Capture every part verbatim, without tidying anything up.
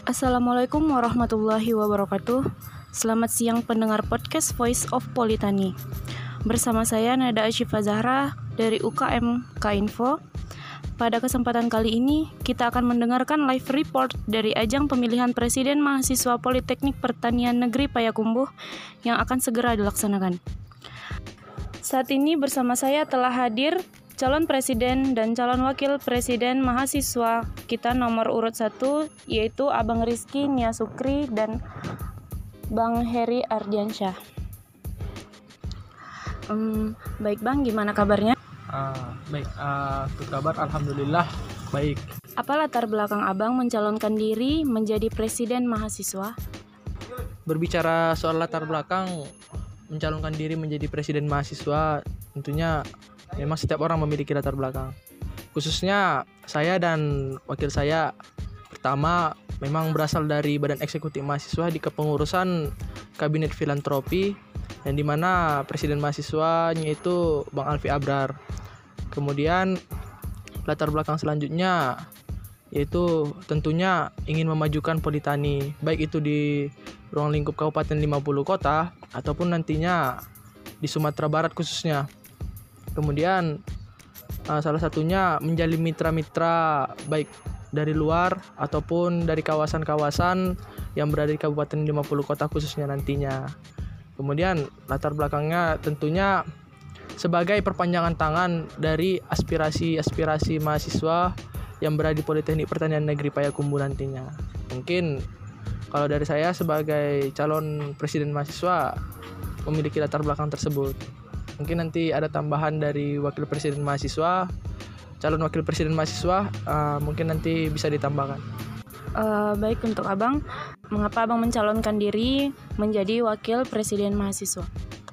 Assalamualaikum warahmatullahi wabarakatuh. Selamat siang pendengar podcast Voice of Politani. Bersama saya Nada Asyifa Zahra dari U K M K-Info. Pada kesempatan kali ini, kita akan mendengarkan live report dari ajang pemilihan Presiden Mahasiswa Politeknik Pertanian Negeri Payakumbuh yang akan segera dilaksanakan. Saat ini bersama saya telah hadir calon presiden dan calon wakil presiden mahasiswa kita nomor urut satu, yaitu Abang Rizky Nia Sukri dan Bang Heri Ardiansyah. Um, baik Bang, gimana kabarnya? Uh, baik, uh, kabar alhamdulillah baik. Apa latar belakang Abang mencalonkan diri menjadi presiden mahasiswa? Berbicara soal latar belakang mencalonkan diri menjadi presiden mahasiswa, tentunya memang setiap orang memiliki latar belakang. Khususnya saya dan wakil saya pertama memang berasal dari Badan Eksekutif Mahasiswa di kepengurusan Kabinet Filantropi, yang dimana presiden mahasiswanya itu Bang Alfi Abrar. Kemudian latar belakang selanjutnya yaitu tentunya ingin memajukan Politani, baik itu di ruang lingkup Kabupaten lima puluh kota ataupun nantinya di Sumatera Barat khususnya. Kemudian uh, salah satunya menjalin mitra-mitra baik dari luar ataupun dari kawasan-kawasan yang berada di Kabupaten lima puluh kota khususnya nantinya. Kemudian latar belakangnya tentunya sebagai perpanjangan tangan dari aspirasi-aspirasi mahasiswa yang berada di Politeknik Pertanian Negeri Payakumbuh nantinya. Mungkin kalau dari saya sebagai calon presiden mahasiswa memiliki latar belakang tersebut. Mungkin nanti ada tambahan dari wakil presiden mahasiswa, calon wakil presiden mahasiswa, uh, mungkin nanti bisa ditambahkan. Uh, baik, untuk Abang, mengapa Abang mencalonkan diri menjadi wakil presiden mahasiswa?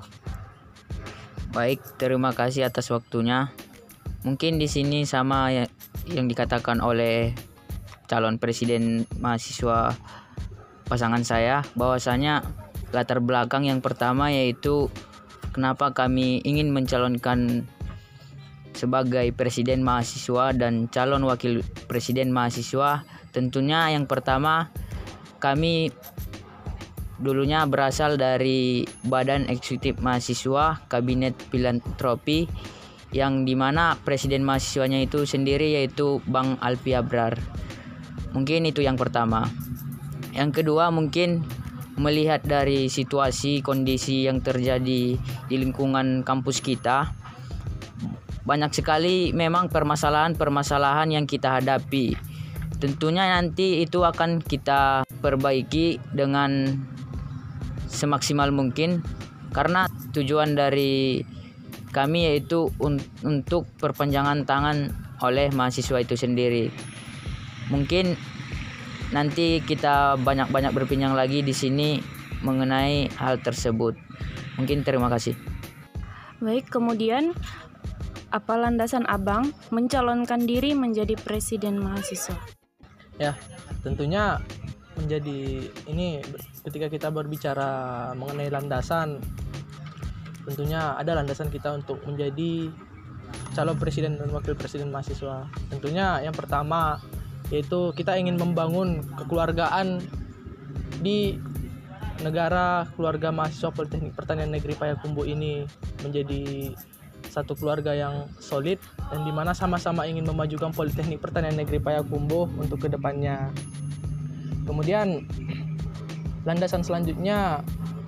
Baik, terima kasih atas waktunya. Mungkin di sini sama ya, yang dikatakan oleh calon presiden mahasiswa pasangan saya, bahwasanya latar belakang yang pertama yaitu kenapa kami ingin mencalonkan sebagai presiden mahasiswa dan calon wakil presiden mahasiswa. Tentunya yang pertama, kami dulunya berasal dari Badan Eksekutif Mahasiswa Kabinet Filantropi, yang dimana presiden mahasiswanya itu sendiri yaitu Bang Alfi Abrar. Mungkin itu yang pertama. Yang kedua, mungkin melihat dari situasi kondisi yang terjadi di lingkungan kampus kita, banyak sekali memang permasalahan-permasalahan yang kita hadapi. Tentunya nanti itu akan kita perbaiki dengan semaksimal mungkin, karena tujuan dari kami yaitu un- untuk perpanjangan tangan oleh mahasiswa itu sendiri. Mungkin nanti kita banyak-banyak berbincang lagi di sini mengenai hal tersebut. Mungkin terima kasih. Baik, kemudian apa landasan Abang mencalonkan diri menjadi presiden mahasiswa? Ya, tentunya menjadi ini ketika kita berbicara mengenai landasan, tentunya ada landasan kita untuk menjadi calon presiden dan wakil presiden mahasiswa. Tentunya yang pertama yaitu kita ingin membangun kekeluargaan di negara keluarga mahasiswa Politeknik Pertanian Negeri Payakumbuh ini menjadi satu keluarga yang solid, dan dimana sama-sama ingin memajukan Politeknik Pertanian Negeri Payakumbuh untuk kedepannya. Kemudian landasan selanjutnya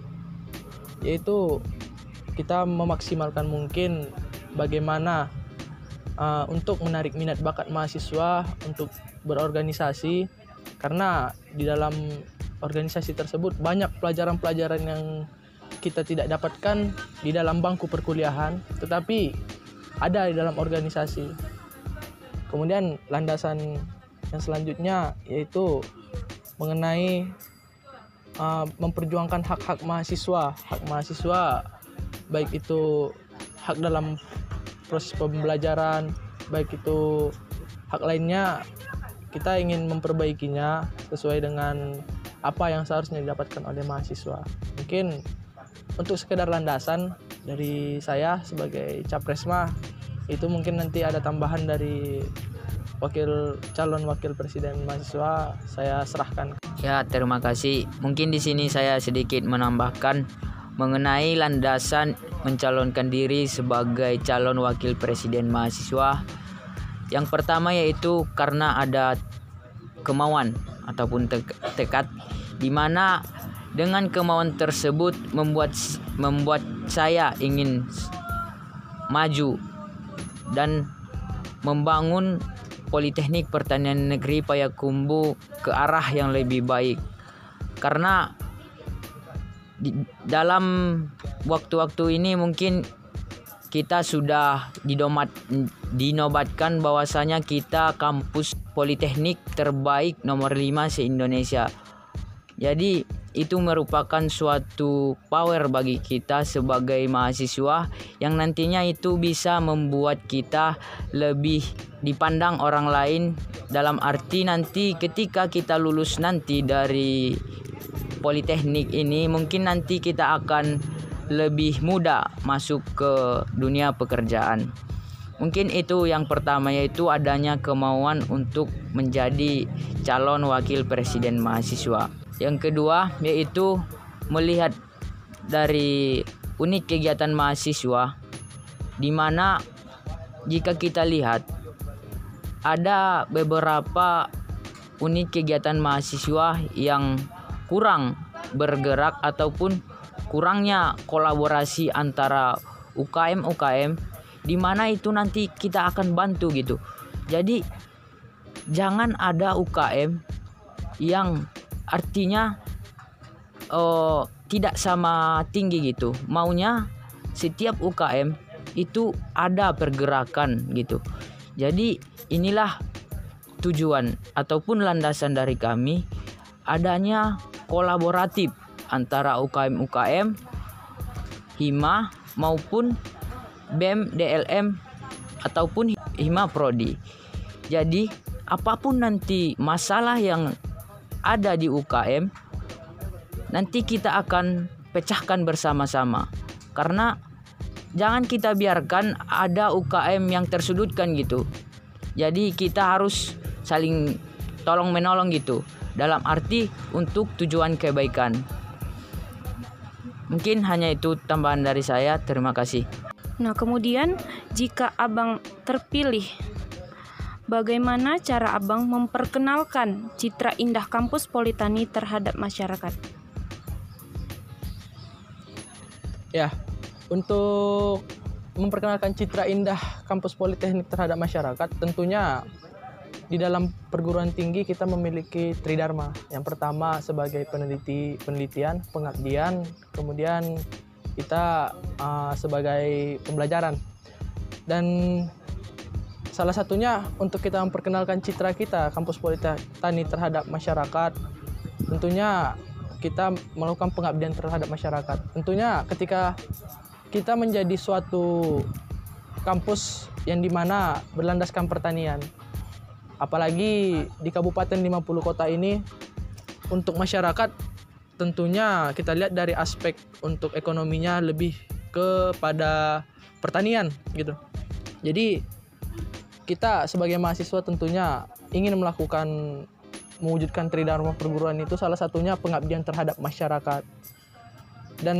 yaitu kita memaksimalkan mungkin bagaimana uh, untuk menarik minat bakat mahasiswa untuk berorganisasi, karena di dalam organisasi tersebut banyak pelajaran-pelajaran yang kita tidak dapatkan di dalam bangku perkuliahan, tetapi ada di dalam organisasi. Kemudian landasan yang selanjutnya yaitu mengenai uh, memperjuangkan hak-hak mahasiswa, hak mahasiswa baik itu hak dalam proses pembelajaran, baik itu hak lainnya, kita ingin memperbaikinya sesuai dengan apa yang seharusnya didapatkan oleh mahasiswa. Mungkin untuk sekedar landasan dari saya sebagai capres mah itu, mungkin nanti ada tambahan dari wakil calon wakil presiden mahasiswa saya serahkan. Ya, terima kasih. Mungkin di sini saya sedikit menambahkan mengenai landasan mencalonkan diri sebagai calon wakil presiden mahasiswa. Yang pertama yaitu karena ada kemauan ataupun tekad, di mana dengan kemauan tersebut membuat membuat saya ingin maju dan membangun Politeknik Pertanian Negeri Payakumbuh ke arah yang lebih baik. Karena di dalam waktu-waktu ini mungkin kita sudah didomat, dinobatkan bahwasanya kita kampus politeknik terbaik nomor lima se-Indonesia. Jadi itu merupakan suatu power bagi kita sebagai mahasiswa yang nantinya itu bisa membuat kita lebih dipandang orang lain, dalam arti nanti ketika kita lulus nanti dari politeknik ini mungkin nanti kita akan lebih mudah masuk ke dunia pekerjaan. Mungkin itu yang pertama, yaitu adanya kemauan untuk menjadi calon wakil presiden mahasiswa. Yang kedua yaitu melihat dari unit kegiatan mahasiswa, di mana jika kita lihat ada beberapa unit kegiatan mahasiswa yang kurang bergerak ataupun kurangnya kolaborasi antara U K M U K M, di mana itu nanti kita akan bantu gitu. Jadi jangan ada U K M yang artinya uh, tidak sama tinggi gitu. Maunya setiap U K M itu ada pergerakan gitu. Jadi inilah tujuan ataupun landasan dari kami, adanya kolaboratif antara U K M U K M, Hima maupun B E M D L M ataupun Hima Prodi. Jadi apapun nanti masalah yang ada di U K M, nanti kita akan pecahkan bersama-sama. Karena jangan kita biarkan ada U K M yang tersudutkan gitu. Jadi kita harus saling tolong menolong gitu, dalam arti untuk tujuan kebaikan. Mungkin hanya itu tambahan dari saya. Terima kasih. Nah, kemudian jika Abang terpilih, bagaimana cara Abang memperkenalkan citra indah kampus Politani terhadap masyarakat? Ya, untuk memperkenalkan citra indah kampus Politeknik terhadap masyarakat, tentunya di dalam perguruan tinggi kita memiliki tridharma. Yang pertama sebagai peneliti, penelitian, pengabdian, kemudian kita uh, sebagai pembelajaran. Dan salah satunya untuk kita memperkenalkan citra kita kampus Politani terhadap masyarakat, tentunya kita melakukan pengabdian terhadap masyarakat. Tentunya ketika kita menjadi suatu kampus yang dimana berlandaskan pertanian, apalagi di Kabupaten lima puluh kota ini, untuk masyarakat tentunya kita lihat dari aspek untuk ekonominya lebih kepada pertanian gitu. Jadi kita sebagai mahasiswa tentunya ingin melakukan mewujudkan tridharma perguruan itu, salah satunya pengabdian terhadap masyarakat. Dan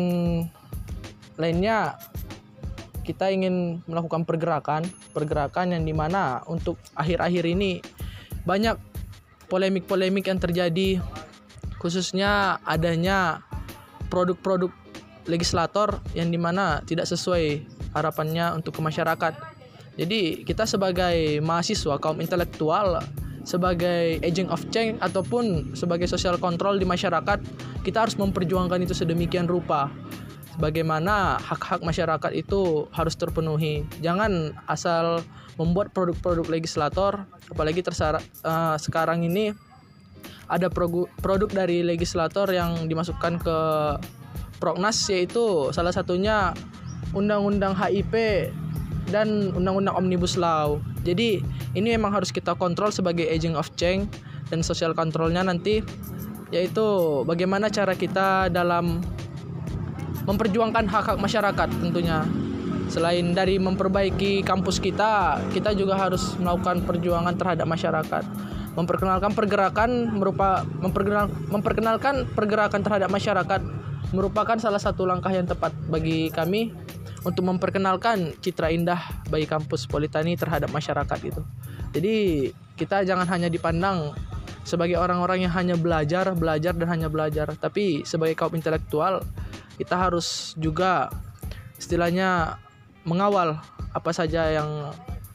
lainnya kita ingin melakukan pergerakan, pergerakan yang dimana untuk akhir-akhir ini banyak polemik-polemik yang terjadi, khususnya adanya produk-produk legislator yang dimana tidak sesuai harapannya untuk ke masyarakat. Jadi kita sebagai mahasiswa, kaum intelektual, sebagai agent of change ataupun sebagai social control di masyarakat, kita harus memperjuangkan itu sedemikian rupa. Bagaimana hak-hak masyarakat itu harus terpenuhi. Jangan asal membuat produk-produk legislator, apalagi tersara, uh, sekarang ini ada produk, produk dari legislator yang dimasukkan ke Prognas, yaitu salah satunya Undang-Undang H I P dan Undang-Undang Omnibus Law. Jadi ini memang harus kita kontrol sebagai agent of change, dan social controlnya nanti yaitu bagaimana cara kita dalam memperjuangkan hak-hak masyarakat tentunya. Selain dari memperbaiki kampus kita, kita juga harus melakukan perjuangan terhadap masyarakat. memperkenalkan pergerakan merupa memperkenal, memperkenalkan pergerakan terhadap masyarakat merupakan salah satu langkah yang tepat bagi kami untuk memperkenalkan citra indah bagi kampus Politani terhadap masyarakat itu. Jadi kita jangan hanya dipandang sebagai orang-orang yang hanya belajar, belajar dan hanya belajar, tapi sebagai kaum intelektual kita harus juga istilahnya mengawal apa saja yang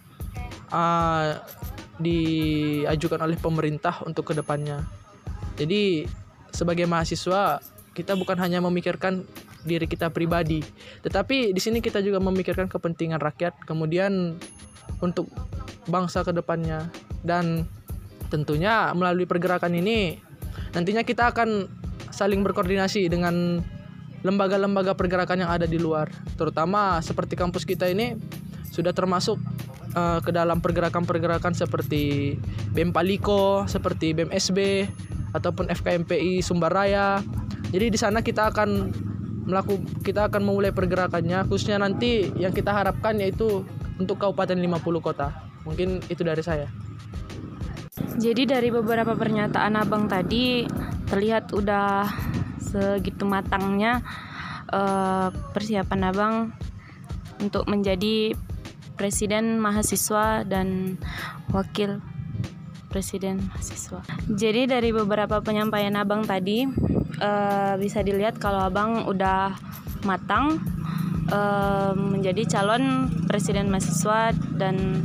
uh, diajukan oleh pemerintah untuk kedepannya. Jadi sebagai mahasiswa kita bukan hanya memikirkan diri kita pribadi, tetapi di sini kita juga memikirkan kepentingan rakyat, kemudian untuk bangsa kedepannya. Dan tentunya melalui pergerakan ini nantinya kita akan saling berkoordinasi dengan lembaga-lembaga pergerakan yang ada di luar, terutama seperti kampus kita ini sudah termasuk uh, ke dalam pergerakan-pergerakan seperti B E M Paliko, seperti B E M S B ataupun F K M P I Sumber Raya. Jadi di sana kita akan melakukan kita akan memulai pergerakannya, khususnya nanti yang kita harapkan yaitu untuk Kabupaten lima puluh kota. Mungkin itu dari saya. Jadi dari beberapa pernyataan Abang tadi terlihat udah segitu matangnya uh, persiapan Abang untuk menjadi presiden mahasiswa dan wakil presiden mahasiswa. Jadi dari beberapa penyampaian Abang tadi uh, bisa dilihat kalau Abang udah matang uh, menjadi calon presiden mahasiswa dan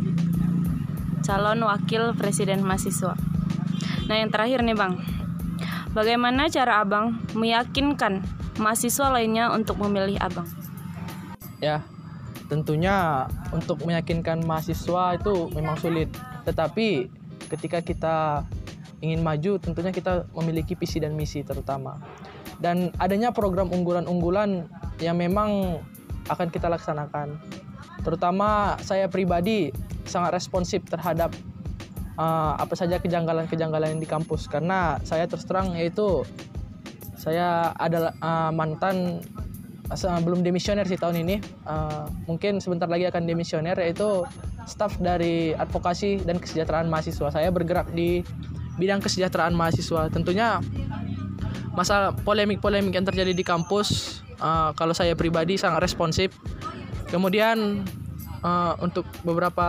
calon wakil presiden mahasiswa. Nah, yang terakhir nih Bang, bagaimana cara Abang meyakinkan mahasiswa lainnya untuk memilih Abang? Ya, tentunya untuk meyakinkan mahasiswa itu memang sulit. Tetapi ketika kita ingin maju, tentunya kita memiliki visi dan misi terutama. Dan adanya program unggulan-unggulan yang memang akan kita laksanakan. Terutama saya pribadi sangat responsif terhadap uh, apa saja kejanggalan-kejanggalan yang di kampus. Karena saya terus terang yaitu saya adalah uh, mantan uh, belum demisioner sih tahun ini. Uh, mungkin sebentar lagi akan demisioner, yaitu staf dari advokasi dan kesejahteraan mahasiswa. Saya bergerak di bidang kesejahteraan mahasiswa. Tentunya masalah polemik-polemik yang terjadi di kampus, uh, kalau saya pribadi sangat responsif. Kemudian Uh, untuk beberapa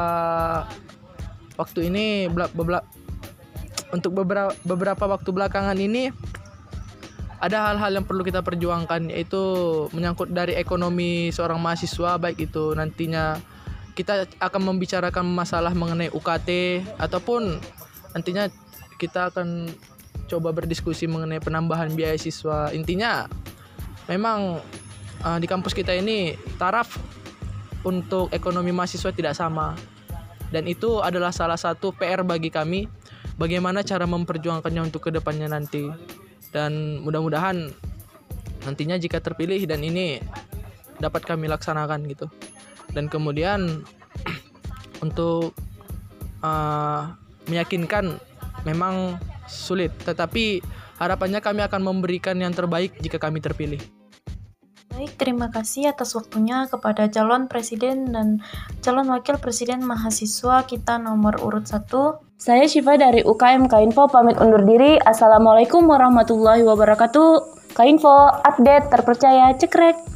waktu ini bela, bela, untuk beberapa beberapa waktu belakangan ini ada hal-hal yang perlu kita perjuangkan, yaitu menyangkut dari ekonomi seorang mahasiswa, baik itu nantinya kita akan membicarakan masalah mengenai U K T ataupun nantinya kita akan coba berdiskusi mengenai penambahan biaya siswa. Intinya memang uh, di kampus kita ini taraf untuk ekonomi mahasiswa tidak sama, dan itu adalah salah satu P R bagi kami, bagaimana cara memperjuangkannya untuk kedepannya nanti. Dan mudah-mudahan nantinya jika terpilih dan ini dapat kami laksanakan gitu. Dan kemudian untuk uh, meyakinkan memang sulit, tetapi harapannya kami akan memberikan yang terbaik jika kami terpilih. Baik, terima kasih atas waktunya kepada calon presiden dan calon wakil presiden mahasiswa kita nomor urut satu. Saya Syifa dari U K M Kainfo pamit undur diri. Assalamualaikum warahmatullahi wabarakatuh. Kainfo, update terpercaya, cekrek.